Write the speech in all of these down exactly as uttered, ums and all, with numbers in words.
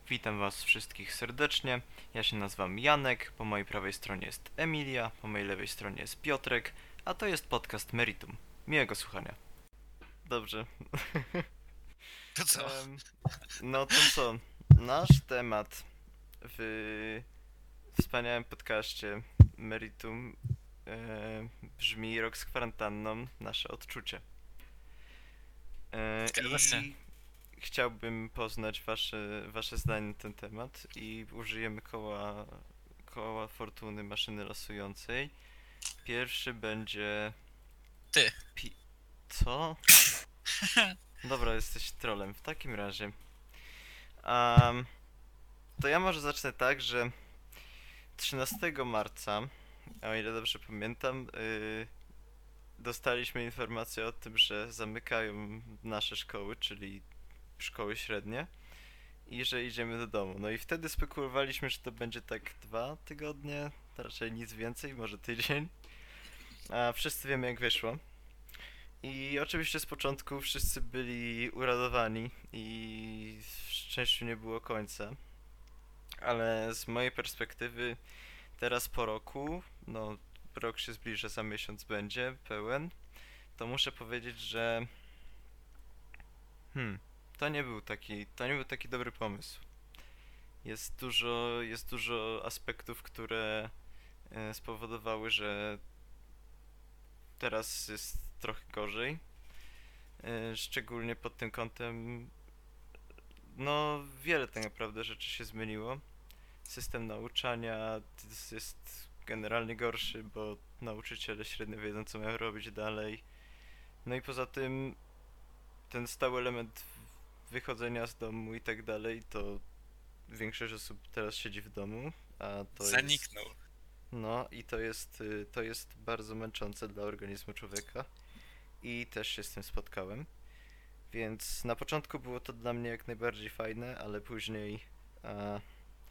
Witam was wszystkich serdecznie. Ja się nazywam Janek, po mojej prawej stronie jest Emilia, po mojej lewej stronie jest Piotrek, a to jest podcast Meritum. Miłego słuchania. Dobrze. To co? Em, no to co? Nasz temat w wspaniałym podcaście Meritum e, brzmi Rok z kwarantanną, nasze odczucie. E, Zgadza się. I chciałbym poznać wasze, wasze zdanie na ten temat i użyjemy koła, koła fortuny maszyny losującej. Pierwszy będzie... Ty. Pi... Co? Dobra, jesteś trolem. W takim razie... Um, to ja może zacznę tak, że trzynastego marca, o ile dobrze pamiętam, yy, dostaliśmy informację o tym, że zamykają nasze szkoły, czyli szkoły średnie. I że idziemy do domu. No i wtedy spekulowaliśmy, że to będzie tak dwa tygodnie, raczej nic więcej, może tydzień. A wszyscy wiemy jak wyszło. I oczywiście z początku wszyscy byli uradowani i szczęściu nie było końca. Ale z mojej perspektywy teraz po roku, no rok się zbliża, za miesiąc będzie pełen, to muszę powiedzieć, że hmm, to nie był taki, to nie był taki dobry pomysł. Jest dużo, jest dużo aspektów, które e, spowodowały, że teraz jest trochę gorzej. E, Szczególnie pod tym kątem, no wiele tak naprawdę rzeczy się zmieniło. System nauczania jest jest generalnie gorszy, bo nauczyciele średnio wiedzą, co mają robić dalej. No i poza tym ten stały element wychodzenia z domu i tak dalej, to większość osób teraz siedzi w domu, a to jest... Zaniknął. No i to jest, y, to jest bardzo męczące dla organizmu człowieka i też się z tym spotkałem. Więc na początku było to dla mnie jak najbardziej fajne, ale później e,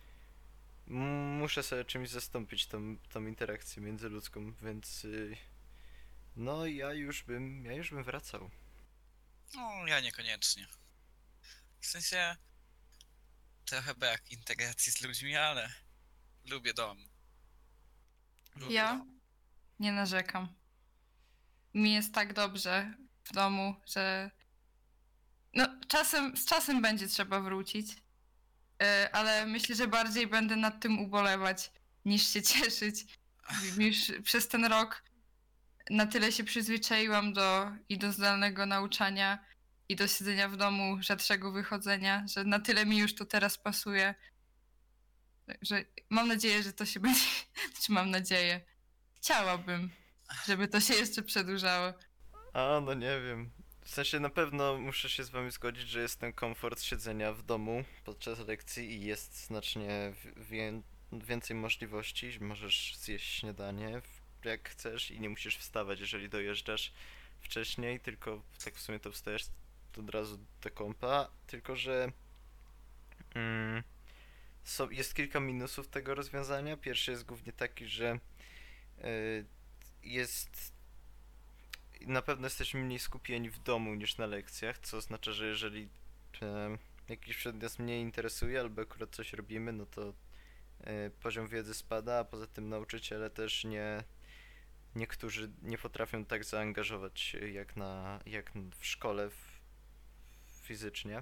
m- muszę sobie czymś zastąpić tą, tą interakcję międzyludzką, więc y, no ja już bym, ja już bym wracał. No, ja niekoniecznie. W sensie trochę brak integracji z ludźmi, ale lubię dom. Lubię Ja dom. nie narzekam. Mi jest tak dobrze w domu, że no czasem, z czasem będzie trzeba wrócić, yy, ale myślę, że bardziej będę nad tym ubolewać niż się cieszyć. Już przez ten rok na tyle się przyzwyczaiłam do i do zdalnego nauczania i do siedzenia w domu, rzadszego wychodzenia, że na tyle mi już to teraz pasuje, że mam nadzieję, że to się będzie, czy mam nadzieję, chciałabym, żeby to się jeszcze przedłużało. A no nie wiem. W sensie na pewno muszę się z wami zgodzić, że jest ten komfort siedzenia w domu podczas lekcji i jest znacznie w- wię- więcej możliwości. Możesz zjeść śniadanie w- jak chcesz i nie musisz wstawać, jeżeli dojeżdżasz wcześniej, tylko tak w sumie to wstajesz od razu do kompa, tylko że mm, są, jest kilka minusów tego rozwiązania. Pierwszy jest głównie taki, że y, jest na pewno jesteśmy mniej skupieni w domu niż na lekcjach, co oznacza, że jeżeli e, jakiś przedmiot nas mniej interesuje albo akurat coś robimy, no to e, poziom wiedzy spada, a poza tym nauczyciele też nie, niektórzy nie potrafią tak zaangażować się jak na, jak w szkole w, fizycznie.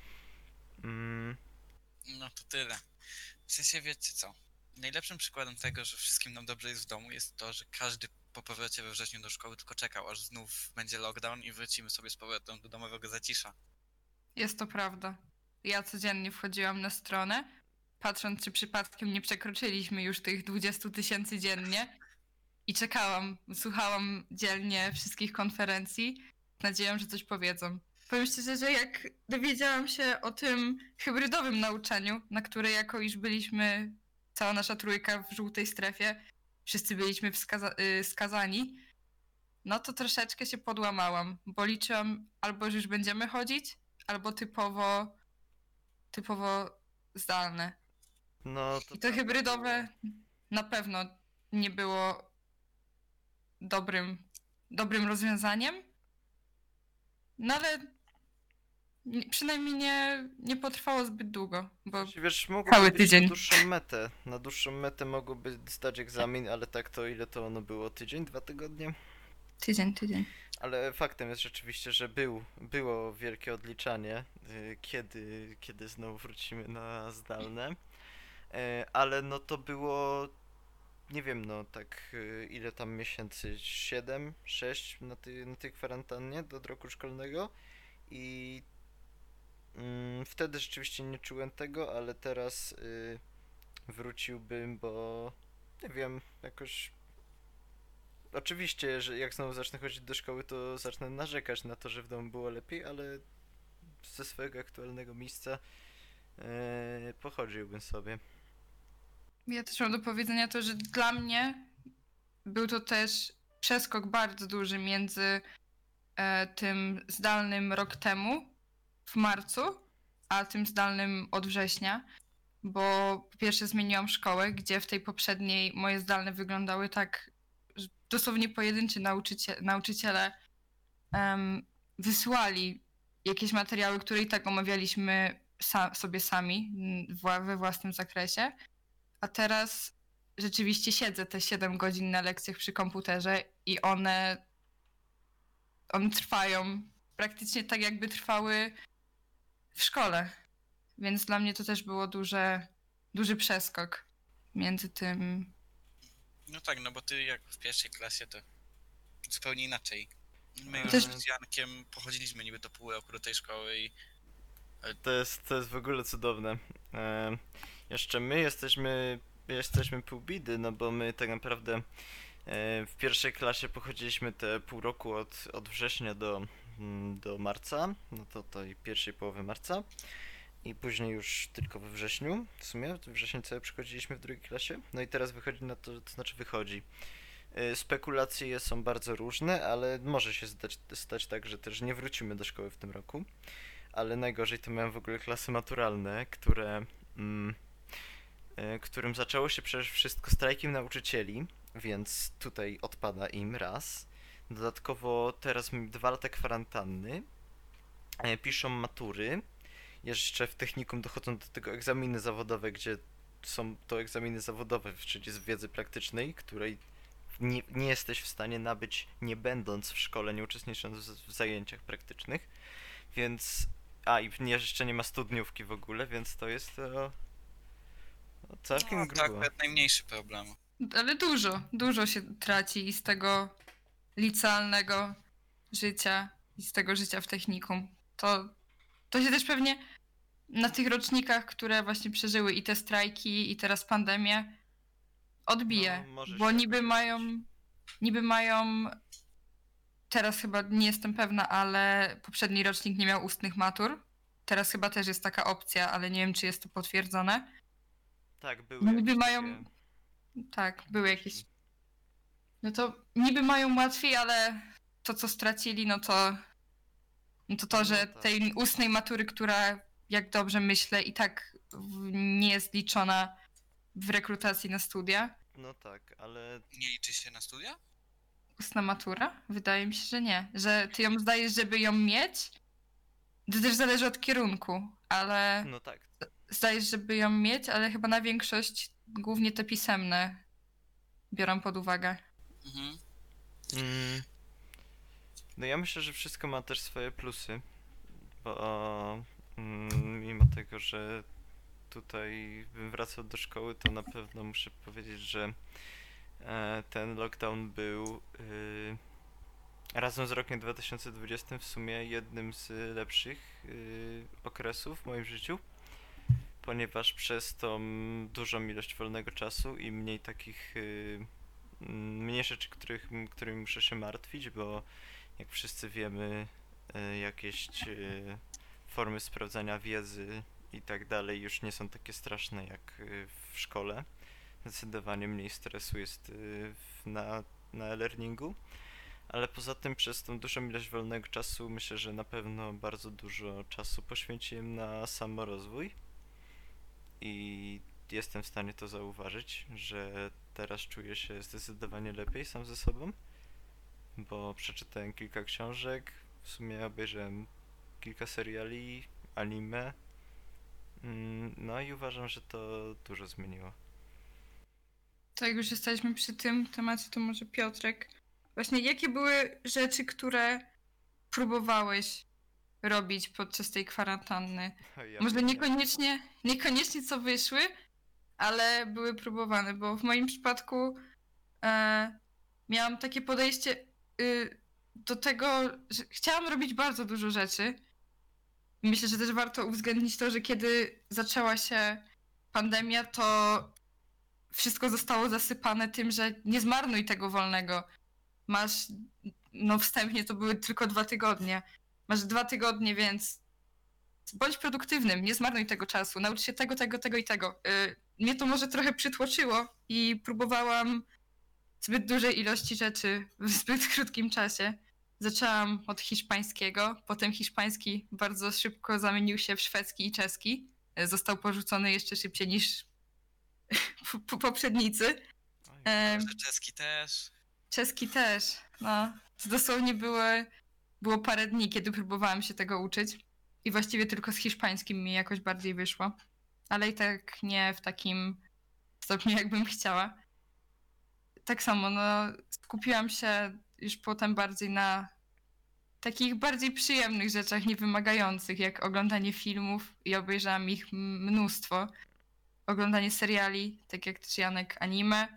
Mm, No to tyle. W sensie wiecie co? Najlepszym przykładem tego, że wszystkim nam dobrze jest w domu, jest to, że każdy po powrocie we wrześniu do szkoły tylko czekał, aż znów będzie lockdown i wrócimy sobie z powrotem do domowego zacisza. Jest to prawda. Ja codziennie wchodziłam na stronę, patrząc, czy przypadkiem nie przekroczyliśmy już tych dwudziestu tysięcy dziennie i czekałam, słuchałam dzielnie wszystkich konferencji z nadzieją, że coś powiedzą. Powiem szczerze, że jak dowiedziałam się o tym hybrydowym nauczaniu, na które jako iż byliśmy, cała nasza trójka w żółtej strefie, wszyscy byliśmy wskaza- y, skazani, no to troszeczkę się podłamałam, bo liczyłam albo, że już będziemy chodzić, albo typowo, typowo zdalne. no to I to prawda hybrydowe było. na pewno nie było dobrym, dobrym rozwiązaniem. No ale nie- przynajmniej nie, nie potrwało zbyt długo, bo Wiesz, mogłoby Cały być tydzień. na dłuższą metę. Na dłuższą metę mogłoby zdać egzamin, ale tak to ile to ono było? Tydzień, dwa tygodnie? tydzień, tydzień. Ale faktem jest rzeczywiście, że był, było wielkie odliczanie, y, kiedy, kiedy znowu wrócimy na zdalne. E, Ale no to było, nie wiem, no tak y, ile tam miesięcy? Siedem, sześć na, ty, na tej kwarantannie do roku szkolnego i mm, wtedy rzeczywiście nie czułem tego, ale teraz y, wróciłbym, bo nie wiem, jakoś oczywiście, że jak znowu zacznę chodzić do szkoły, to zacznę narzekać na to, że w domu było lepiej, ale ze swojego aktualnego miejsca e, pochodziłbym sobie. Ja też mam do powiedzenia to, że dla mnie był to też przeskok bardzo duży między e, tym zdalnym rok temu w marcu, a tym zdalnym od września, bo po pierwsze zmieniłam szkołę, gdzie w tej poprzedniej moje zdalne wyglądały tak, że dosłownie pojedynczy nauczycie, nauczyciele em, wysłali jakieś materiały, które i tak omawialiśmy sa- sobie sami mm, wła- we własnym zakresie, a teraz rzeczywiście siedzę te siedem godzin na lekcjach przy komputerze i one, one trwają praktycznie tak, jakby trwały w szkole. Więc dla mnie to też było duże, duży przeskok między tym. No tak, no bo ty jak w pierwszej klasie to zupełnie inaczej. My już Też- z Jankiem pochodziliśmy niby do pół roku do tej szkoły i To jest, to jest w ogóle cudowne. E, jeszcze my jesteśmy, jesteśmy pół bidy, no bo my tak naprawdę e, w pierwszej klasie pochodziliśmy te pół roku od, od września do, mm, do marca, no to tej pierwszej połowy marca. I później już tylko we wrześniu, w sumie, w wrześniu całe przychodziliśmy w drugiej klasie. No i teraz wychodzi na to, to znaczy wychodzi. Y, Spekulacje są bardzo różne, ale może się zdać, stać tak, że też nie wrócimy do szkoły w tym roku. Ale najgorzej to miałem w ogóle klasy maturalne, które, mm, y, którym zaczęło się przecież wszystko strajkiem nauczycieli, więc tutaj odpada im raz. Dodatkowo teraz mamy dwa lata kwarantanny, e, piszą matury. Jeszcze w technikum dochodzą do tego egzaminy zawodowe, gdzie są to egzaminy zawodowe, czyli z wiedzy praktycznej, której nie, nie jesteś w stanie nabyć nie będąc w szkole, nie uczestnicząc w, w zajęciach praktycznych, więc... A, i nie, jeszcze nie ma studniówki w ogóle, więc to jest to... no, całkiem no, to grubo. akurat najmniejszy problem. Ale dużo, dużo się traci i z tego licealnego życia i z tego życia w technikum. To, to się też pewnie na tych rocznikach, które właśnie przeżyły i te strajki, i teraz pandemię, odbije. No, może bo się niby jakoś mają, niby mają, teraz chyba nie jestem pewna, ale poprzedni rocznik nie miał ustnych matur. Teraz chyba też jest taka opcja, ale nie wiem, czy jest to potwierdzone. Tak, były No niby jakieś mają, takie... tak, były jakieś. wnioski. No to niby mają łatwiej, ale to, co stracili, no to no to, to No że tak. tej ustnej matury, która, jak dobrze myślę, i tak w- nie jest liczona w rekrutacji na studia. No tak, ale... Nie liczy się na studia? Ustna matura? Wydaje mi się, że nie. Że ty ją zdajesz, żeby ją mieć. To też zależy od kierunku, ale No tak, zdajesz, żeby ją mieć, ale chyba na większość głównie te pisemne biorą pod uwagę. Mhm. Mm, no ja myślę, że wszystko ma też swoje plusy, bo mm, mimo tego, że tutaj bym wracał do szkoły, to na pewno muszę powiedzieć, że e, ten lockdown był y, razem z rokiem dwa tysiące dwudziestym w sumie jednym z lepszych y, okresów w moim życiu, ponieważ przez tą dużą ilość wolnego czasu i mniej takich y, mm, mniej rzeczy, których, którymi muszę się martwić, bo jak wszyscy wiemy, y, jakieś y, formy sprawdzania wiedzy i tak dalej już nie są takie straszne jak y, w szkole. Zdecydowanie mniej stresu jest y, w- na, na e-learningu, ale poza tym przez tą dużą ilość wolnego czasu myślę, że na pewno bardzo dużo czasu poświęciłem na samorozwój i jestem w stanie to zauważyć, że teraz czuję się zdecydowanie lepiej sam ze sobą, bo przeczytałem kilka książek, w sumie obejrzałem kilka seriali, anime. Mm, No i uważam, że to dużo zmieniło. To jak już jesteśmy przy tym temacie, to może Piotrek. Właśnie jakie były rzeczy, które próbowałeś robić podczas tej kwarantanny? Ja Może wiem, jak- niekoniecznie, niekoniecznie co wyszły, ale były próbowane, bo w moim przypadku e, miałam takie podejście y, do tego, że chciałam robić bardzo dużo rzeczy. Myślę, że też warto uwzględnić to, że kiedy zaczęła się pandemia, to wszystko zostało zasypane tym, że nie zmarnuj tego wolnego. Masz, no wstępnie to były tylko dwa tygodnie. Masz dwa tygodnie, więc bądź produktywnym, nie zmarnuj tego czasu, naucz się tego, tego, tego i tego. Y, Mnie to może trochę przytłoczyło i próbowałam zbyt dużej ilości rzeczy w zbyt krótkim czasie. Zaczęłam od hiszpańskiego, potem hiszpański bardzo szybko zamienił się w szwedzki i czeski. Y, Został porzucony jeszcze szybciej niż p- p- poprzednicy. Oj, Em, Że czeski też. Czeski też, no. To dosłownie było, było parę dni, kiedy próbowałam się tego uczyć. I właściwie tylko z hiszpańskim mi jakoś bardziej wyszło. Ale i tak nie w takim stopniu, jakbym chciała. Tak samo, no, skupiłam się już potem bardziej na takich bardziej przyjemnych rzeczach, niewymagających, jak oglądanie filmów i obejrzałam ich m- mnóstwo. Oglądanie seriali, tak jak też Janek, anime.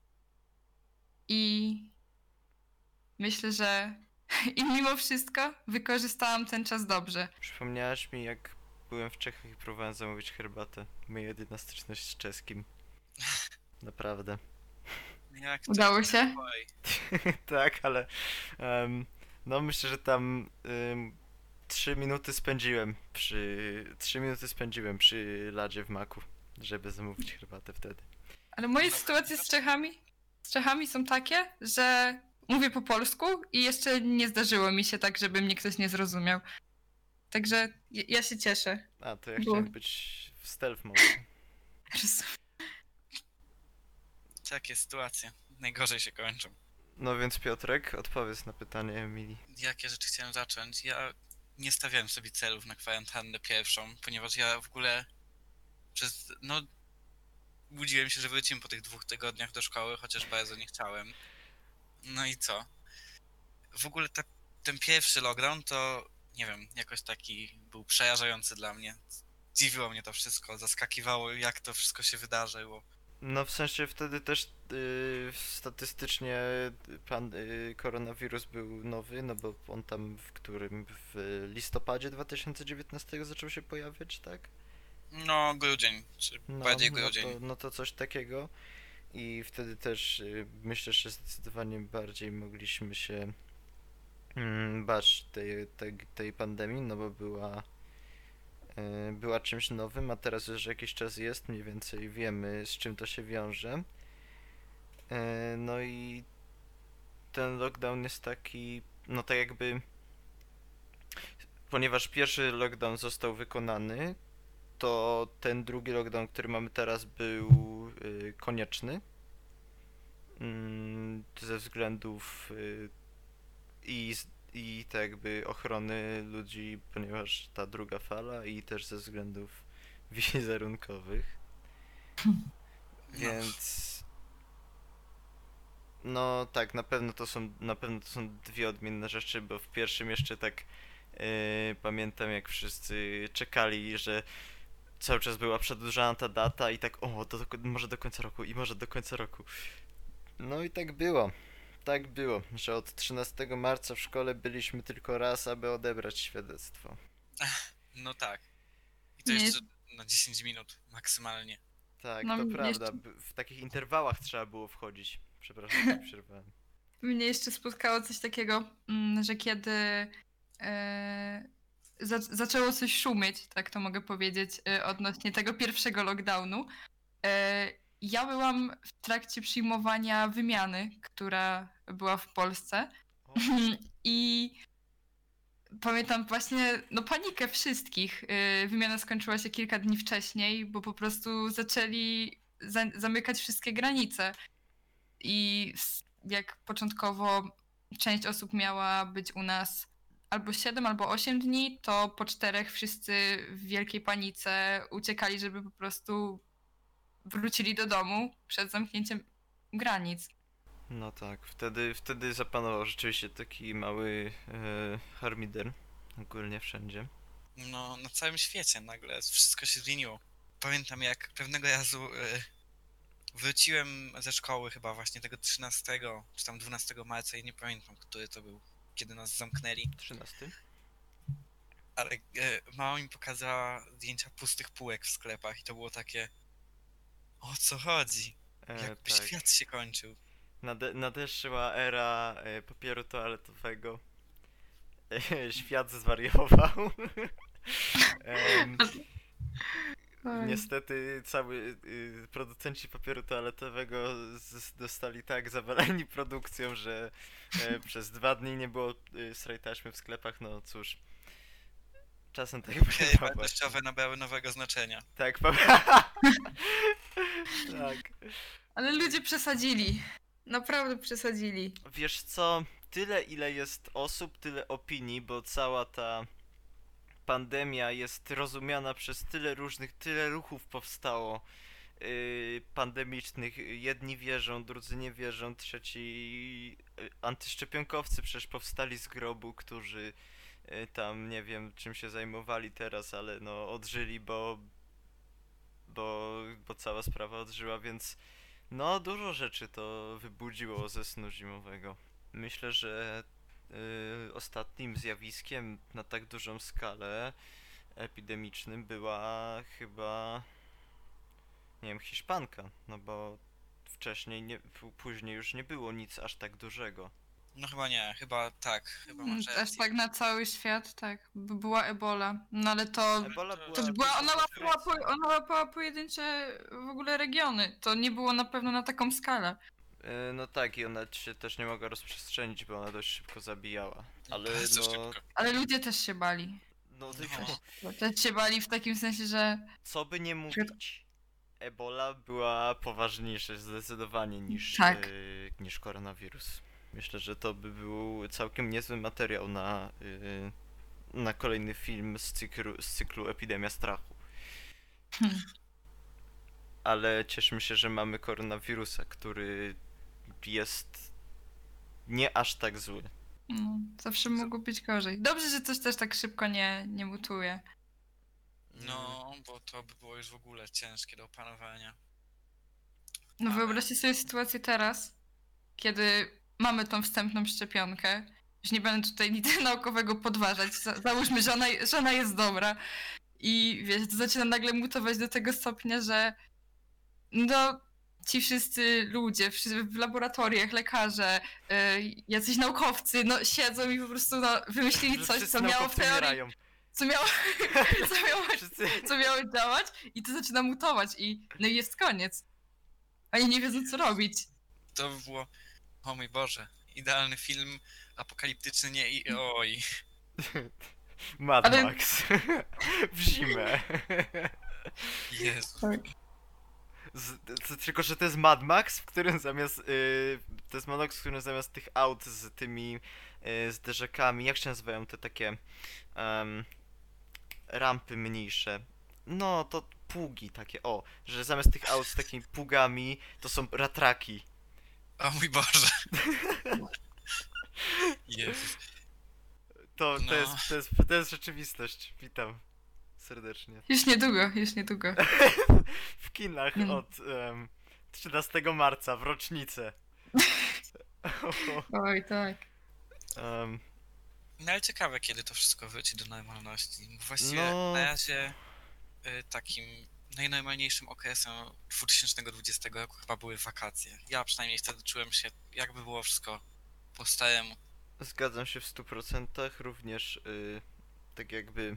I myślę, że i mimo wszystko wykorzystałam ten czas dobrze. Przypomniałaś mi, jak byłem w Czechach i próbowałem zamówić herbatę. Moja jedyna styczność z czeskim. Naprawdę. Jak to? Udało się? Oj, Tak, ale em, no myślę, że tam um, trzy minuty spędziłem przy trzy minuty spędziłem przy ladzie w maku, żeby zamówić herbatę wtedy. Ale moje sytuacje z Czechami, z Czechami są takie, że mówię po polsku i jeszcze nie zdarzyło mi się tak, żeby mnie ktoś nie zrozumiał. Także ja ja się cieszę. A, to ja Było. chciałem być w stealth mode. takie sytuacje. Najgorzej się kończą. No więc Piotrek, odpowiedz na pytanie Emilii. Jakie rzeczy chciałem zacząć? Ja nie stawiałem sobie celów na kwarantannę pierwszą, ponieważ ja w ogóle przez, no, budziłem się, że wrócimy po tych dwóch tygodniach do szkoły, chociaż bardzo nie chciałem. No i co? W ogóle ta, ten pierwszy lockdown to, nie wiem, jakoś taki był przerażający dla mnie. Dziwiło mnie to wszystko, zaskakiwało, jak to wszystko się wydarzyło. No w sensie wtedy też y, statystycznie pan, y, koronawirus był nowy, no bo on tam w którym w listopadzie dwa tysiące dziewiętnastego zaczął się pojawiać, tak? No, grudzień, czy No, bardziej no grudzień. to, no to coś takiego. I wtedy też y, myślę, że zdecydowanie bardziej mogliśmy się mm, bać tej, tej, tej pandemii, no bo była, y, była czymś nowym, a teraz już jakiś czas jest, mniej więcej wiemy, z czym to się wiąże. Y, no i ten lockdown jest taki, no tak jakby, ponieważ pierwszy lockdown został wykonany, to ten drugi lockdown, który mamy teraz, był y, konieczny. Mm, ze względów y, i, z- i tak jakby ochrony ludzi, ponieważ ta druga fala i też ze względów wizerunkowych. Więc no tak, na pewno to są na pewno to są dwie odmienne rzeczy, bo w pierwszym jeszcze tak y, pamiętam jak wszyscy czekali, że cały czas była przedłużana ta data i tak o, to do, może do końca roku i może do końca roku. No i tak było. Tak było, że od trzynastego marca w szkole byliśmy tylko raz, aby odebrać świadectwo. No tak. I to Nie. jeszcze na dziesięć minut maksymalnie. Tak, No, to mnie prawda. jeszcze- b- W takich interwałach trzeba było wchodzić. Przepraszam, że przerwałem. Mnie jeszcze spotkało coś takiego, mm, że kiedy e, za, zaczęło coś szumieć, tak to mogę powiedzieć, e, odnośnie tego pierwszego lockdownu, e, ja byłam w trakcie przyjmowania wymiany, która była w Polsce. O, I pamiętam właśnie no, panikę wszystkich. E, Wymiana skończyła się kilka dni wcześniej, bo po prostu zaczęli za, zamykać wszystkie granice. I s- jak początkowo część osób miała być u nas albo siedem, albo osiem dni, to po czterech wszyscy w wielkiej panice uciekali, żeby po prostu wrócili do domu przed zamknięciem granic. No tak, wtedy, wtedy zapanował rzeczywiście taki mały e, harmider ogólnie wszędzie. No, na całym świecie nagle wszystko się zmieniło. Pamiętam, jak pewnego razu y, wróciłem ze szkoły chyba właśnie tego trzynastego czy tam dwunastego marca i nie pamiętam, który to był, kiedy nas zamknęli, Trzynasty? ale y, mama mi pokazała zdjęcia pustych półek w sklepach i to było takie, o co chodzi? E, Jakby tak. świat się kończył. Nade nadeszła era e, papieru toaletowego. E, świat zwariował. Em, Niestety cały y, producenci papieru toaletowego z, dostali tak zawaleni produkcją, że e, przez dwa dni nie było y, srej taśmy w sklepach, no cóż. Czasem tak Okej, bywa właśnie. wartościowe nabrały nowego znaczenia. Tak, pa- tak. Ale ludzie przesadzili. Naprawdę przesadzili. Wiesz co, tyle ile jest osób, tyle opinii, bo cała ta pandemia jest rozumiana przez tyle różnych, tyle ruchów powstało yy, pandemicznych. Jedni wierzą, drudzy nie wierzą, trzeci yy, antyszczepionkowcy przecież powstali z grobu, którzy yy, tam nie wiem czym się zajmowali teraz, ale no odżyli, bo bo, bo cała sprawa odżyła, więc no dużo rzeczy to wybudziło ze snu zimowego. Myślę, że y, ostatnim zjawiskiem na tak dużą skalę epidemicznym była chyba, nie wiem, hiszpanka, no bo wcześniej, nie, p- później już nie było nic aż tak dużego. No chyba nie, chyba tak, chyba Mm, masz Aż rację. tak na cały świat, tak. by Była Ebola. No ale to. Ebola to- była... To była, ona, tylko w łapała, Afryce. po, ona łapała pojedyncze w ogóle regiony. To nie było na pewno na taką skalę. Y, No tak, i ona się też nie mogła rozprzestrzenić, bo ona dość szybko zabijała. Ale Bardzo no, szybko. Ale ludzie też się bali. no tylko... No. Też się bali w takim sensie, że. Co by nie mówić, Ebola była poważniejsza zdecydowanie niż, Tak. y, niż koronawirus. Myślę, że to by był całkiem niezły materiał na, y, na kolejny film z cyklu, z cyklu Epidemia Strachu. Hmm. Ale cieszmy się, że mamy koronawirusa, który jest nie aż tak zły. No, zawsze mogło być gorzej. Dobrze, że coś też tak szybko nie, nie mutuje. No, bo to by było już w ogóle ciężkie do opanowania. No Ale- wyobraźcie sobie sytuację teraz, kiedy mamy tą wstępną szczepionkę. Już nie będę tutaj nic naukowego podważać. Za, załóżmy, że ona, że ona jest dobra. I wiesz, to zaczyna nagle mutować do tego stopnia, że no, ci wszyscy ludzie wszyscy w laboratoriach, lekarze, yy, jacyś naukowcy, no siedzą i po prostu no, wymyślili Że coś, wszyscy co miało w naukowcy teorii, umierają. co miało, co miało Wszyscy... co miało działać i to zaczyna mutować i no i jest koniec. Oni nie wiedzą co robić. To by było, o mój Boże, idealny film apokaliptyczny, nie i oj. Mad Ale- Max. W zimę. Jezu. Z, to, tylko, że to jest Mad Max, w którym zamiast. Y, to jest Mad Max, w którym zamiast tych aut z tymi y, zderzakami. Jak się nazywają te takie. em, rampy mniejsze. No, to pługi takie. O, że zamiast tych aut z takimi pługami, to są ratraki. O mój Boże. Jezus. To, to, No. jest, to, jest, to jest rzeczywistość. Witam serdecznie. Już niedługo, już niedługo. W kinach Mm. od em, trzynastego marca w rocznicę. Oj, tak. Em, No ale ciekawe, kiedy to wszystko wróci do normalności. Właściwie No. na razie y, takim najnormalniejszym okresem dwa tysiące dwudziestego roku chyba były wakacje. Ja przynajmniej wtedy czułem się, jakby było wszystko po staremu. Zgadzam się w stu procentach, również y, tak jakby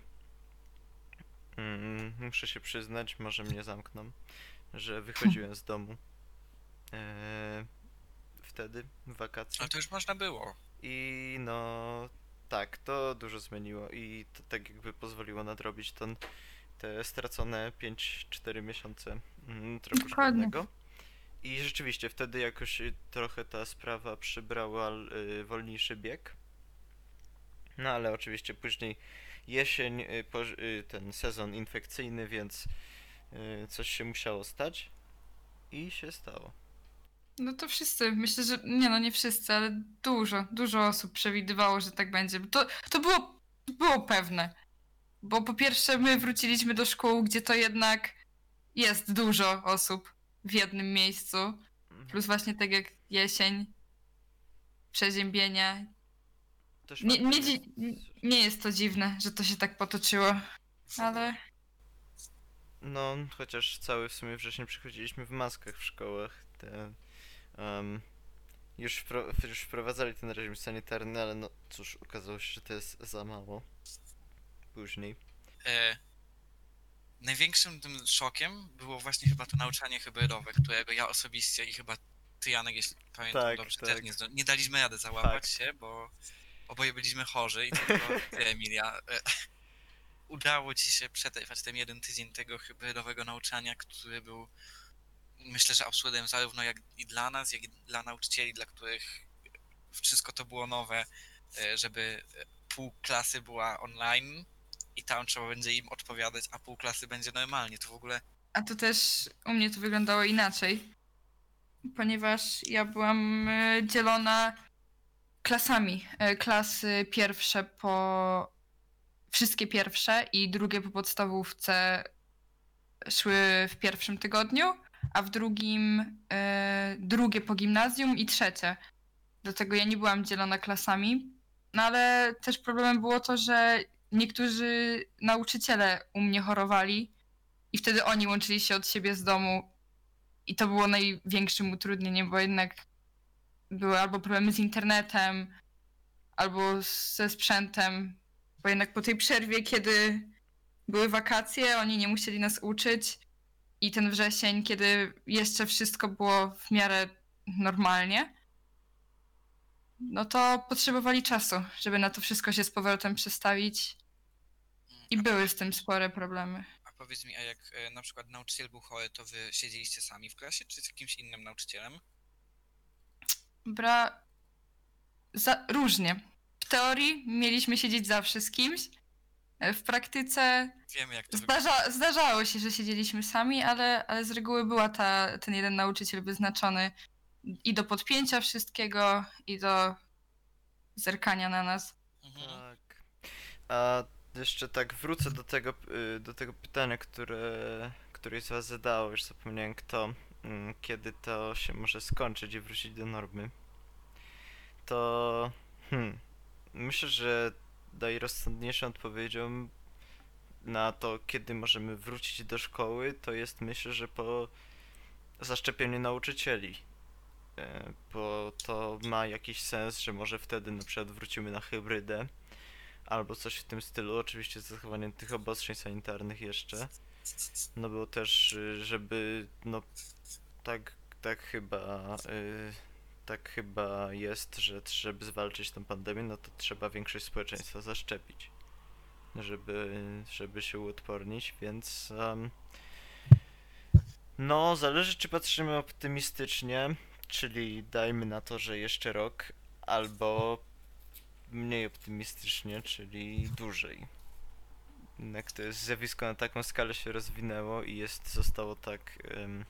mm, muszę się przyznać, może mnie zamkną, że wychodziłem z domu e, wtedy w wakacje Ale to już można było. i no tak, to dużo zmieniło i to tak jakby pozwoliło nadrobić ten, te stracone pięć cztery miesiące mm, trochę Dokładnie. szkolnego. I rzeczywiście wtedy jakoś y, trochę ta sprawa przybrała y, wolniejszy bieg. No ale oczywiście później jesień, y, poż- y, ten sezon infekcyjny, więc y, coś się musiało stać i się stało. No to wszyscy, myślę, że nie no, nie wszyscy, ale dużo, dużo osób przewidywało, że tak będzie. To, to było, było pewne. Bo po pierwsze my wróciliśmy do szkół, gdzie to jednak jest dużo osób w jednym miejscu. Mhm. Plus właśnie tak jak jesień, przeziębienia. Też Nie, warto nie, mieć- dzi- nie jest to dziwne, że to się tak potoczyło, ale No, chociaż cały w sumie wrzesień przychodziliśmy w maskach w szkołach. Te, em, już, wpro- już wprowadzali ten reżim sanitarny, ale no cóż, okazało się, że to jest za mało. Później. E, największym tym szokiem było właśnie chyba to nauczanie hybrydowe, którego ja osobiście i chyba ty, Janek, jeśli pamiętam Tak, dobrze, tak. też nie, zdo- nie daliśmy rady załapać Fakt. się, bo oboje byliśmy chorzy i tylko ty, Emilia, e, udało ci się przetrwać ten jeden tydzień tego hybrydowego nauczania, który był, myślę, że absurdem zarówno jak i dla nas, jak i dla nauczycieli, dla których wszystko to było nowe, e, żeby e, pół klasy była online i tam trzeba będzie im odpowiadać, a pół klasy będzie normalnie. To w ogóle a to też u mnie to wyglądało inaczej, ponieważ ja byłam e, dzielona klasami. E, Klasy pierwsze po wszystkie pierwsze i drugie po podstawówce szły w pierwszym tygodniu, a w drugim e, drugie po gimnazjum i trzecie. Dlatego ja nie byłam dzielona klasami. No ale też problemem było to, że niektórzy nauczyciele u mnie chorowali i wtedy oni łączyli się od siebie z domu i to było największym utrudnieniem, bo jednak były albo problemy z internetem, albo ze sprzętem, bo jednak po tej przerwie, kiedy były wakacje, oni nie musieli nas uczyć i ten wrzesień, kiedy jeszcze wszystko było w miarę normalnie, no to potrzebowali czasu, żeby na to wszystko się z powrotem przestawić i były z tym spore problemy. A powiedz mi, a jak e, na przykład nauczyciel był chory, to wy siedzieliście sami w klasie, czy z jakimś innym nauczycielem? Bra... Za... Różnie. W teorii mieliśmy siedzieć zawsze z kimś, w praktyce Wiemy, jak to wygląda. zdarza... zdarzało się, że siedzieliśmy sami, ale, ale z reguły była ta, ten jeden nauczyciel wyznaczony i do podpięcia wszystkiego, i do zerkania na nas. Mhm. Tak. A jeszcze tak wrócę do tego, y, do tego pytania, które któreś z was zadało, już zapomniałem kto, mm, kiedy to się może skończyć i wrócić do normy. To hmm, myślę, że najrozsądniejszą odpowiedzią na to, kiedy możemy wrócić do szkoły, to jest myślę, że po zaszczepieniu nauczycieli. E, Bo to ma jakiś sens, że może wtedy na przykład wrócimy na hybrydę albo coś w tym stylu, oczywiście z zachowaniem tych obostrzeń sanitarnych jeszcze. No bo też, y, żeby, no tak, tak chyba, y, tak chyba jest, że żeby zwalczyć tę pandemię, no to trzeba większość społeczeństwa zaszczepić, żeby, żeby się uodpornić, więc em, no zależy czy patrzymy optymistycznie, czyli dajmy na to, że jeszcze rok, albo mniej optymistycznie, czyli dłużej. Jednak to jest zjawisko na taką skalę się rozwinęło i jest, zostało tak, em,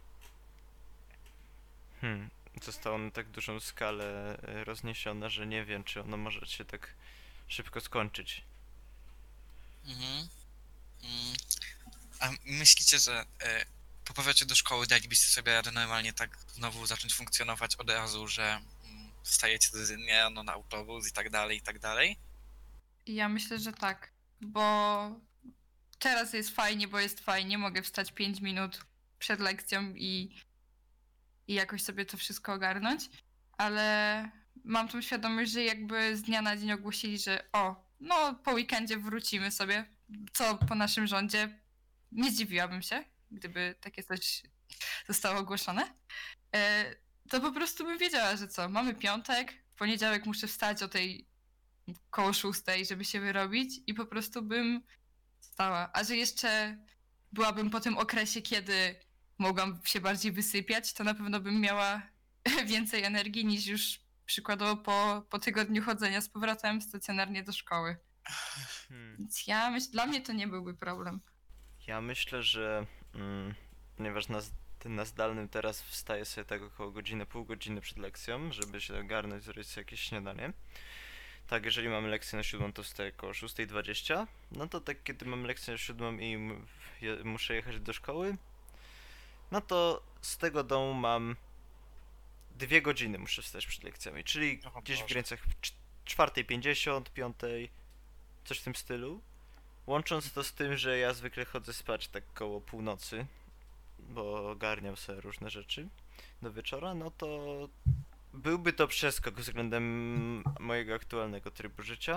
hmm, zostało na tak dużą skalę e, rozniesione, że nie wiem, czy ono może się tak szybko skończyć. Mhm. Mm. A myślicie, że e, po powrocie do szkoły dalibyście sobie radę normalnie tak znowu zacząć funkcjonować od razu, że mm, wstajecie codziennie rano na autobus i tak dalej, i tak dalej? I ja myślę, że tak, bo teraz jest fajnie, bo jest fajnie, mogę wstać pięć minut przed lekcją i, i jakoś sobie to wszystko ogarnąć, ale mam tą świadomość, że jakby z dnia na dzień ogłosili, że o, no po weekendzie wrócimy sobie, co po naszym rządzie, nie zdziwiłabym się, gdyby takie coś zostało ogłoszone, e, to po prostu bym wiedziała, że co, mamy piątek, w poniedziałek muszę wstać o tej koło szóstej, żeby się wyrobić i po prostu bym stała. A że jeszcze byłabym po tym okresie, kiedy mogłam się bardziej wysypiać, to na pewno bym miała więcej energii niż już przykładowo po, po tygodniu chodzenia z powrotem stacjonarnie do szkoły. Hmm. Więc ja myślę, dla mnie to nie byłby problem. Ja myślę, że mm, ponieważ na, z- na zdalnym teraz wstaję sobie tak około godziny, pół godziny przed lekcją, żeby się ogarnąć, zrobić sobie jakieś śniadanie. Tak, jeżeli mamy lekcję na siódmą, to wstaję około szósta dwadzieścia. No to tak, kiedy mam lekcję na siódmą i m- je, muszę jechać do szkoły, no to z tego domu mam dwie godziny muszę wstać przed lekcjami, czyli O gdzieś w Boże. granicach czwartej pięćdziesiąt, piątej, coś w tym stylu. Łącząc to z tym, że ja zwykle chodzę spać tak koło północy, bo ogarniam sobie różne rzeczy do wieczora, no to byłby to przeskok względem mojego aktualnego trybu życia.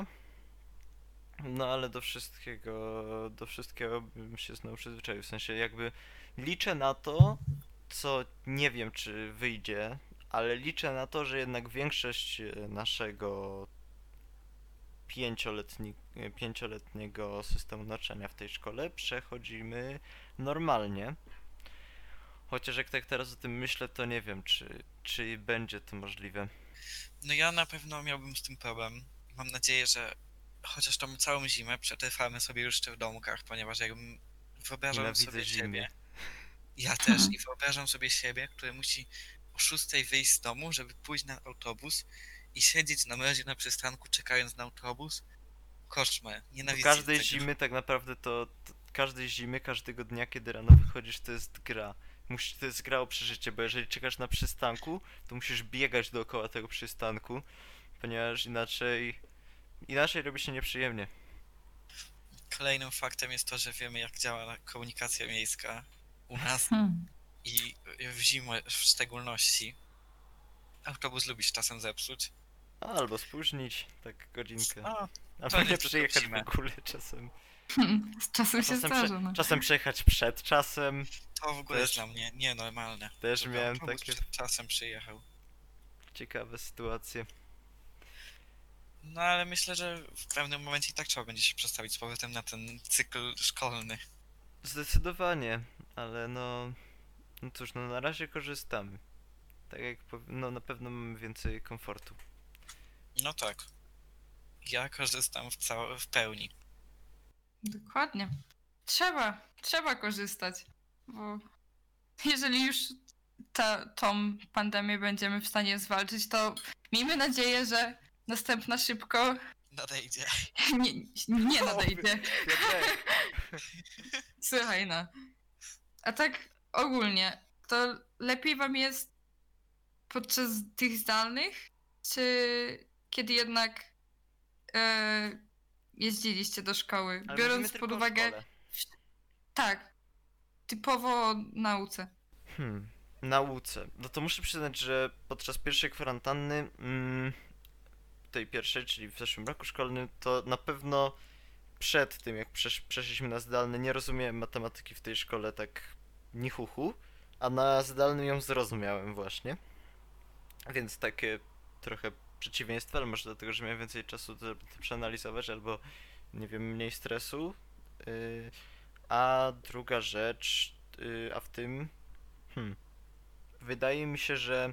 No ale do wszystkiego, do wszystkiego bym się znowu przyzwyczaił. W sensie jakby liczę na to, co nie wiem czy wyjdzie, ale liczę na to, że jednak większość e, naszego pięcioletni, e, pięcioletniego systemu nauczania w tej szkole przechodzimy normalnie. Chociaż jak tak teraz o tym myślę, to nie wiem, czy, czy będzie to możliwe. No ja na pewno miałbym z tym problem. Mam nadzieję, że chociaż tą całą zimę przetrwamy sobie już jeszcze w domkach, ponieważ jakbym wyobrażam Nienawidzę sobie zimy. siebie, ja też, i wyobrażam sobie siebie, który musi o szóstej wyjść z domu, żeby pójść na autobus i siedzieć na mrozie na przystanku, czekając na autobus. Koszmar, Bo nienawidzę każdej tego. zimy tak naprawdę to, to każdej zimy, każdego dnia, kiedy rano wychodzisz, to jest gra. Musisz, to jest gra o przeżycie, bo jeżeli czekasz na przystanku, to musisz biegać dookoła tego przystanku, ponieważ inaczej inaczej robi się nieprzyjemnie. Kolejnym faktem jest to, że wiemy, jak działa komunikacja miejska u nas Hmm. i w zimę w szczególności. Autobus lubi się czasem zepsuć. Albo spóźnić tak godzinkę. A, Albo nie nie tylko przyjechać zimę. w ogóle czasem. Z czasem A się czasem, zdarza. prze, No. czasem przejechać przed czasem. To w ogóle jest Też- dla mnie nienormalne. Też żeby miałem autobus takie przed czasem przyjechał. ciekawe sytuacje. No ale myślę, że w pewnym momencie i tak trzeba będzie się przestawić z powrotem na ten cykl szkolny. Zdecydowanie, ale no, no cóż, no na razie korzystamy. Tak jak pow- no na pewno mamy więcej komfortu. No tak. Ja korzystam w, cał- w pełni. Dokładnie. Trzeba, trzeba korzystać, bo jeżeli już ta, tą pandemię będziemy w stanie zwalczyć, to miejmy nadzieję, że następna szybko Nadejdzie. nie, nie nadejdzie. Piotrek, Słuchaj, no. A tak ogólnie, to lepiej wam jest podczas tych zdalnych, czy kiedy jednak e, jeździliście do szkoły? ale mówimy Biorąc tylko pod o uwagę. szkole. Tak, typowo o nauce. Hmm, nauce. No to muszę przyznać, że podczas pierwszej kwarantanny, mm, tej pierwszej, czyli w zeszłym roku szkolnym, to na pewno przed tym, jak przesz przeszliśmy na zdalny, nie rozumiałem matematyki w tej szkole tak ni chuchu, a na zdalnym ją zrozumiałem właśnie. Więc takie trochę przeciwieństwo, ale może dlatego, że miałem więcej czasu, żeby to przeanalizować, albo nie wiem, mniej stresu. Yy, a druga rzecz, yy, a w tym, hmm, wydaje mi się, że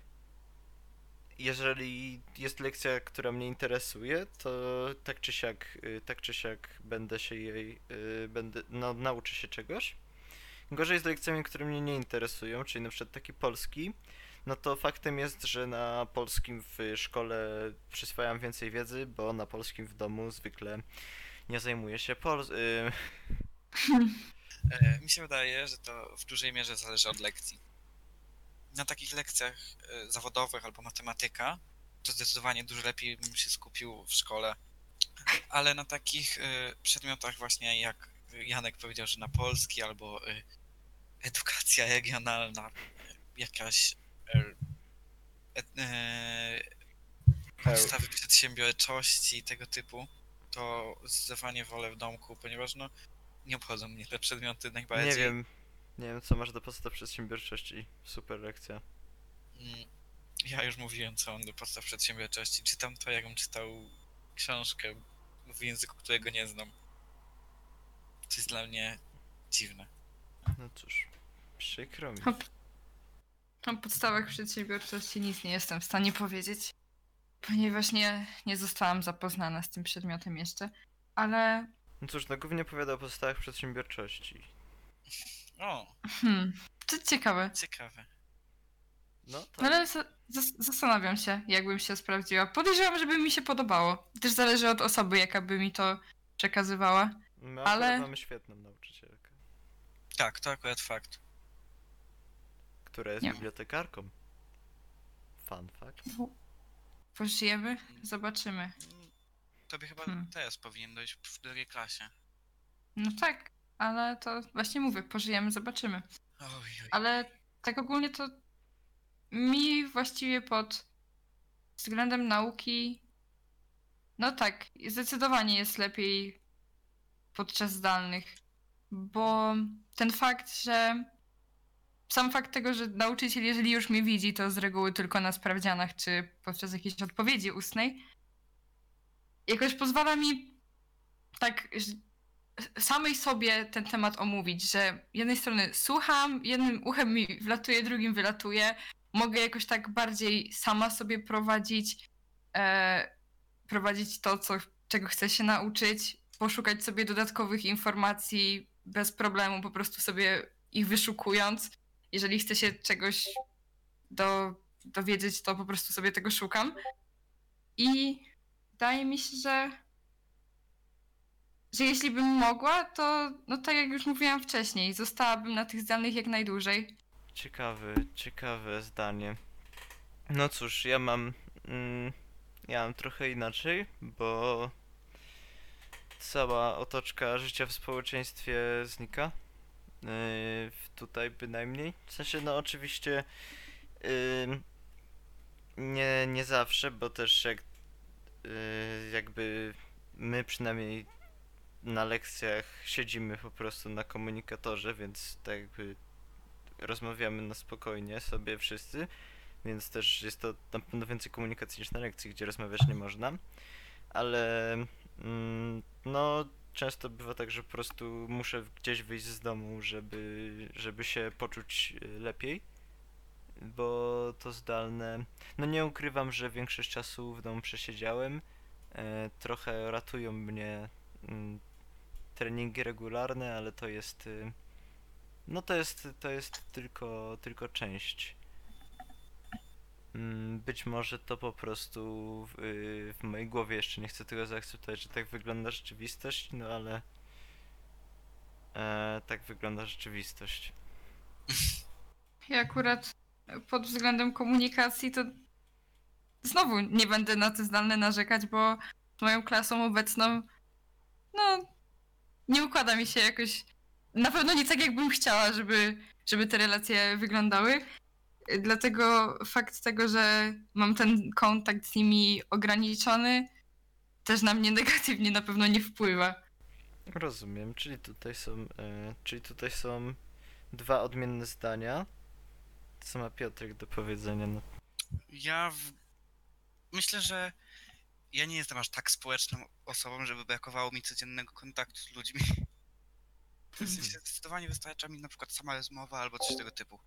jeżeli jest lekcja, która mnie interesuje, to tak czy siak, y, tak czy siak będę się jej, y, będę, no, nauczę się czegoś. Gorzej z lekcjami, które mnie nie interesują, czyli na przykład taki polski, no to faktem jest, że na polskim w szkole przyswajam więcej wiedzy, bo na polskim w domu zwykle nie zajmuję się pol... Y, E, mi się wydaje, że to w dużej mierze zależy od lekcji. Na takich lekcjach e, zawodowych albo matematyka, to zdecydowanie dużo lepiej bym się skupił w szkole. Ale na takich e, przedmiotach właśnie jak Janek powiedział, że na polski albo e, edukacja regionalna, jakaś e, e, e, podstawy przedsiębiorczości i tego typu, to zdecydowanie wolę w domku, ponieważ no nie obchodzą mnie te przedmioty najbardziej. nie wiem, nie wiem co masz do podstaw przedsiębiorczości. Super lekcja. Mm, Ja już mówiłem, co mam do podstaw przedsiębiorczości. Czytam to, jakbym czytał książkę w języku, którego nie znam. To jest dla mnie dziwne. No cóż, przykro mi. Hop. O podstawach przedsiębiorczości nic nie jestem w stanie powiedzieć. ponieważ nie, nie zostałam zapoznana z tym przedmiotem jeszcze, ale No cóż, no głównie opowiada o podstawach przedsiębiorczości. O, hmm, to ciekawe. ciekawe. No No tak. ale za- zas- zastanawiam się, jakbym się sprawdziła. Podejrzewam, żeby mi się podobało. Też zależy od osoby, jaka by mi to przekazywała. My ale- akurat mamy świetną nauczycielkę, Tak, to akurat fakt. która jest Nie. bibliotekarką. Fun fact. Pożyjemy? Zobaczymy. Mm, Tobie chyba Hmm. teraz powinien dojść w drugiej klasie. No tak, ale to właśnie mówię, pożyjemy, zobaczymy. Oj, oj. Ale tak ogólnie to mi właściwie pod względem nauki, no tak, zdecydowanie jest lepiej podczas zdalnych, bo ten fakt, że sam fakt tego, że nauczyciel, jeżeli już mnie widzi, to z reguły tylko na sprawdzianach czy podczas jakiejś odpowiedzi ustnej, jakoś pozwala mi tak ż- samej sobie ten temat omówić, że z jednej strony słucham, jednym uchem mi wlatuje, drugim wylatuje, mogę jakoś tak bardziej sama sobie prowadzić, e, prowadzić to, co, czego chcę się nauczyć, poszukać sobie dodatkowych informacji bez problemu, po prostu sobie ich wyszukując. Jeżeli chcę się czegoś do, dowiedzieć, to po prostu sobie tego szukam. I wydaje mi się, że że jeśli bym mogła, to no tak jak już mówiłam wcześniej, zostałabym na tych zdalnych jak najdłużej. Ciekawe, ciekawe zdanie. No cóż, ja mam. Mm, ja mam trochę inaczej, bo cała otoczka życia w społeczeństwie znika. Yy, w- tutaj bynajmniej. W sensie, no oczywiście. Yy, nie, nie zawsze, bo też jak. Yy, jakby my przynajmniej na lekcjach siedzimy po prostu na komunikatorze, więc tak jakby rozmawiamy na spokojnie sobie wszyscy, więc też jest to na pewno więcej komunikacji niż na lekcji, gdzie rozmawiać nie można, ale mm, no często bywa tak, że po prostu muszę gdzieś wyjść z domu, żeby, żeby się poczuć y, lepiej, bo to zdalne, no nie ukrywam, że większość czasu w domu przesiedziałem, e, trochę ratują mnie mm, treningi regularne, ale to jest y, no to jest to jest tylko tylko część. Mm, Być może to po prostu w, y, w mojej głowie jeszcze nie chcę tego zaakceptować, że tak wygląda rzeczywistość, no ale e, tak wygląda rzeczywistość. Ja akurat pod względem komunikacji to znowu nie będę na te zdalne narzekać, bo z moją klasą obecną no nie układa mi się jakoś, na pewno nie tak jakbym chciała, żeby, żeby te relacje wyglądały. Dlatego fakt tego, że mam ten kontakt z nimi ograniczony, też na mnie negatywnie na pewno nie wpływa. Rozumiem, czyli tutaj są e, czyli tutaj są dwa odmienne zdania. Co ma Piotrek do powiedzenia? No, Ja w... myślę, że ja nie jestem aż tak społeczną osobą, żeby brakowało mi codziennego kontaktu z ludźmi. W sensie zdecydowanie wystarcza mi na przykład sama rozmowa albo coś tego typu.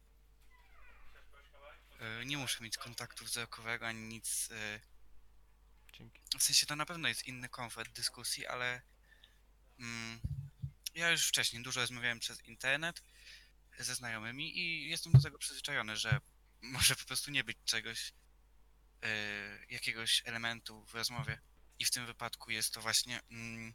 Yy, Nie muszę mieć kontaktu wzrokowego ani nic. yy, dzięki. W sensie to na pewno jest inny komfort dyskusji, ale mm, ja już wcześniej dużo rozmawiałem przez internet ze znajomymi i jestem do tego przyzwyczajony, że może po prostu nie być czegoś, yy, jakiegoś elementu w rozmowie. I w tym wypadku jest to właśnie mm,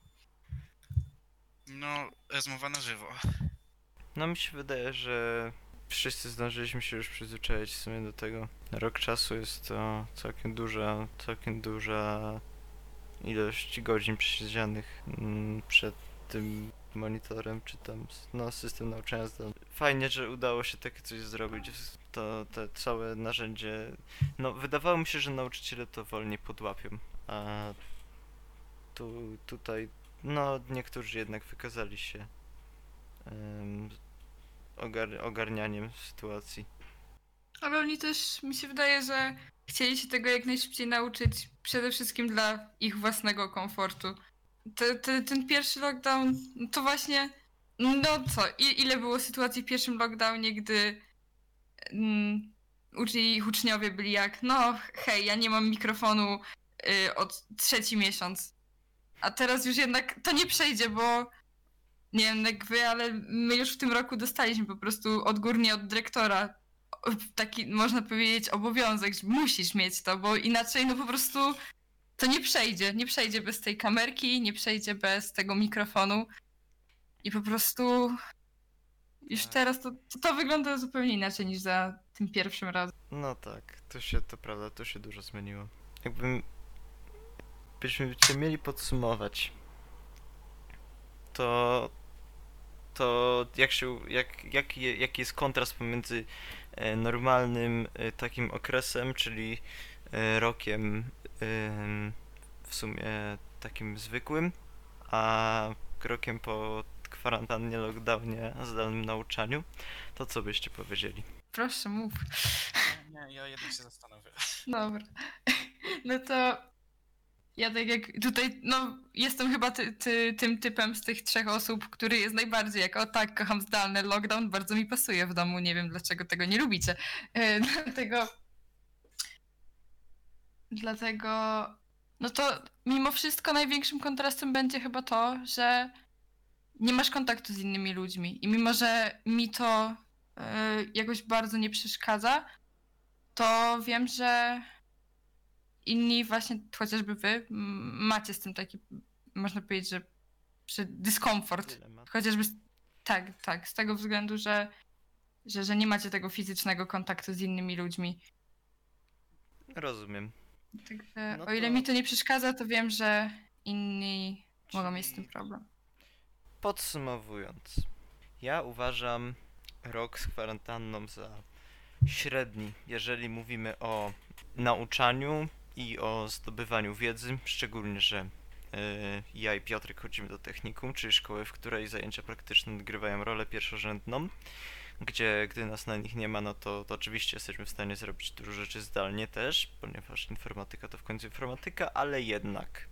no, rozmowa na żywo. No mi się wydaje, że wszyscy zdążyliśmy się już przyzwyczaić w sumie do tego. Rok czasu jest to całkiem duża, całkiem duża ilość godzin przesiedzianych mm, przed tym monitorem, czy tam s- no, system nauczania zdalnego. Fajnie, że udało się takie coś zrobić. To te całe narzędzie. No, wydawało mi się, że nauczyciele to wolniej podłapią, a tu, tutaj, no, niektórzy jednak wykazali się em, ogar ogarnianiem sytuacji. Ale oni też, mi się wydaje, że chcieli się tego jak najszybciej nauczyć, przede wszystkim dla ich własnego komfortu. Te, te, ten pierwszy lockdown, no to właśnie, no co, i, ile było sytuacji w pierwszym lockdownie, gdy mm, uczy, ich uczniowie byli jak, no hej, ja nie mam mikrofonu y, od trzeci miesiąc. A teraz już jednak to nie przejdzie, bo nie wiem jak wy, ale my już w tym roku dostaliśmy po prostu odgórnie od dyrektora taki, można powiedzieć, obowiązek, że musisz mieć to, bo inaczej no po prostu to nie przejdzie. Nie przejdzie bez tej kamerki, nie przejdzie bez tego mikrofonu. I po prostu już Tak. teraz to, to, to wygląda zupełnie inaczej niż za tym pierwszym razem. No tak, to się, to prawda, to się dużo zmieniło. Jakbym, byśmy cię mieli podsumować, to, to jak się, jak, jaki, je- jaki jest kontrast pomiędzy e, normalnym e, takim okresem, czyli e, rokiem em, w sumie takim zwykłym, a rokiem po kwarantannie, lockdownie, zdalnym nauczaniu, to co byście powiedzieli? Proszę, mów. Nie, nie, ja jednak się zastanowię. Dobra. No to ja tak jak tutaj, no jestem chyba ty, ty, tym typem z tych trzech osób, który jest najbardziej jak, o tak, kocham zdalny lockdown, bardzo mi pasuje w domu, nie wiem dlaczego tego nie lubicie. E, dlatego, dlatego, no to mimo wszystko największym kontrastem będzie chyba to, że nie masz kontaktu z innymi ludźmi i mimo, że mi to e, jakoś bardzo nie przeszkadza, to wiem, że inni właśnie, chociażby wy, m, macie z tym taki, można powiedzieć, że, że dyskomfort. Dylemat. Chociażby, z, tak, tak, z tego względu, że, że, że nie macie tego fizycznego kontaktu z innymi ludźmi. Rozumiem. Także No o ile to- mi to nie przeszkadza, to wiem, że inni mogą mieć z tym Czyli problem. podsumowując, ja uważam rok z kwarantanną za średni, jeżeli mówimy o nauczaniu i o zdobywaniu wiedzy, szczególnie, że yy, ja i Piotrek chodzimy do technikum, czyli szkoły, w której zajęcia praktyczne odgrywają rolę pierwszorzędną, gdzie gdy nas na nich nie ma, no to, to oczywiście jesteśmy w stanie zrobić dużo rzeczy zdalnie też, ponieważ informatyka to w końcu informatyka, ale jednak.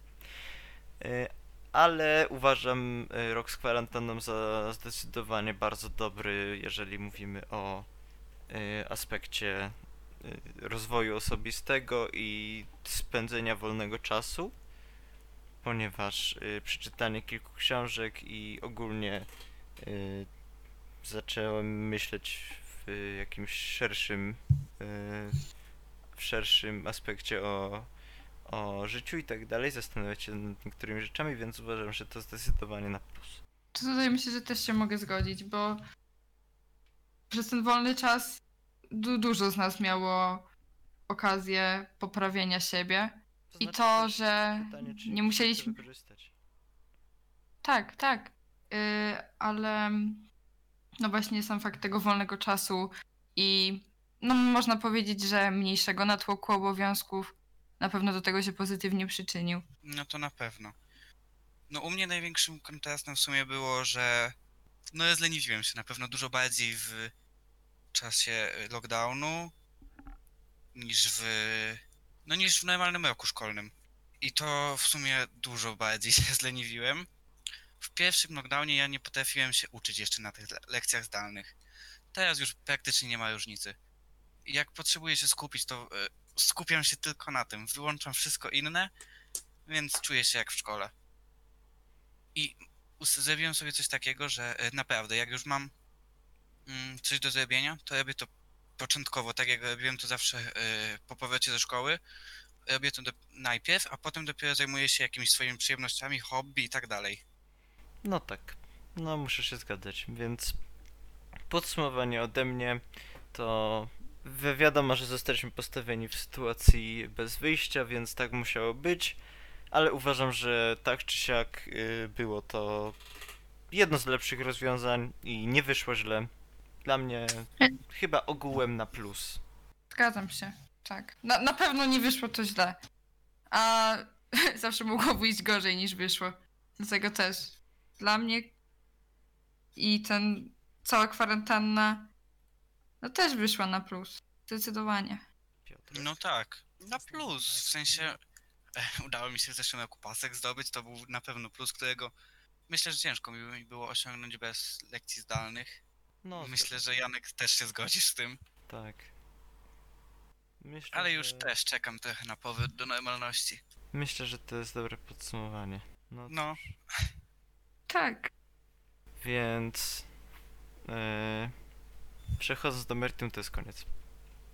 Yy, ale uważam y, rok z kwarantanną za zdecydowanie bardzo dobry, jeżeli mówimy o y, aspekcie y, rozwoju osobistego i spędzenia wolnego czasu, ponieważ y, przeczytanie kilku książek i ogólnie y, zacząłem myśleć w jakimś szerszym, y, w szerszym aspekcie o o życiu i tak dalej, zastanawiać się nad niektórymi rzeczami, więc uważam, że to zdecydowanie na plus. To tutaj myślę, że też się mogę zgodzić, bo przez ten wolny czas du- dużo z nas miało okazję poprawienia siebie. I znaczy to, też że pytanie, czy nie to musieliśmy. wykorzystać. Tak, tak. Yy, ale no właśnie sam fakt tego wolnego czasu i no można powiedzieć, że mniejszego natłoku obowiązków na pewno do tego się pozytywnie przyczynił. No to na pewno. No u mnie największym kontrastem w sumie było, że no ja zleniwiłem się na pewno dużo bardziej w czasie lockdownu niż w no niż w normalnym roku szkolnym. I to w sumie dużo bardziej się zleniwiłem. W pierwszym lockdownie ja nie potrafiłem się uczyć jeszcze na tych le- lekcjach zdalnych. Teraz już praktycznie nie ma różnicy. Jak potrzebuję się skupić, to e, skupiam się tylko na tym. Wyłączam wszystko inne, więc czuję się jak w szkole. I us- zrobiłem sobie coś takiego, że e, naprawdę, jak już mam mm, coś do zrobienia, to robię to początkowo, tak jak robiłem to zawsze e, po powrocie ze szkoły. Robię to do, najpierw, a potem dopiero zajmuję się jakimiś swoimi przyjemnościami, hobby i tak dalej. No tak, no muszę się zgadzać, więc podsumowanie ode mnie to wi- wiadomo, że zostaliśmy postawieni w sytuacji bez wyjścia, więc tak musiało być, ale uważam, że tak czy siak y, było to jedno z lepszych rozwiązań i nie wyszło źle. Dla mnie chyba ogółem na plus. Zgadzam się, tak. Na, na pewno nie wyszło to źle. A zawsze mogło wyjść gorzej niż wyszło. Dlatego też dla mnie i ten cała kwarantanna no też wyszła na plus. Zdecydowanie. Piotrek? No tak, na plus, w sensie e, udało mi się w zeszłym roku pasek zdobyć, to był na pewno plus, którego myślę, że ciężko mi było osiągnąć bez lekcji zdalnych. No, Myślę, zgadzam że się. Janek też się zgodzisz z tym. Tak. Myślę, Ale już że... też czekam trochę na powrót do normalności. Myślę, że to jest dobre podsumowanie. No, No, Tak. więc... Yy, przechodząc do meritum, to jest koniec.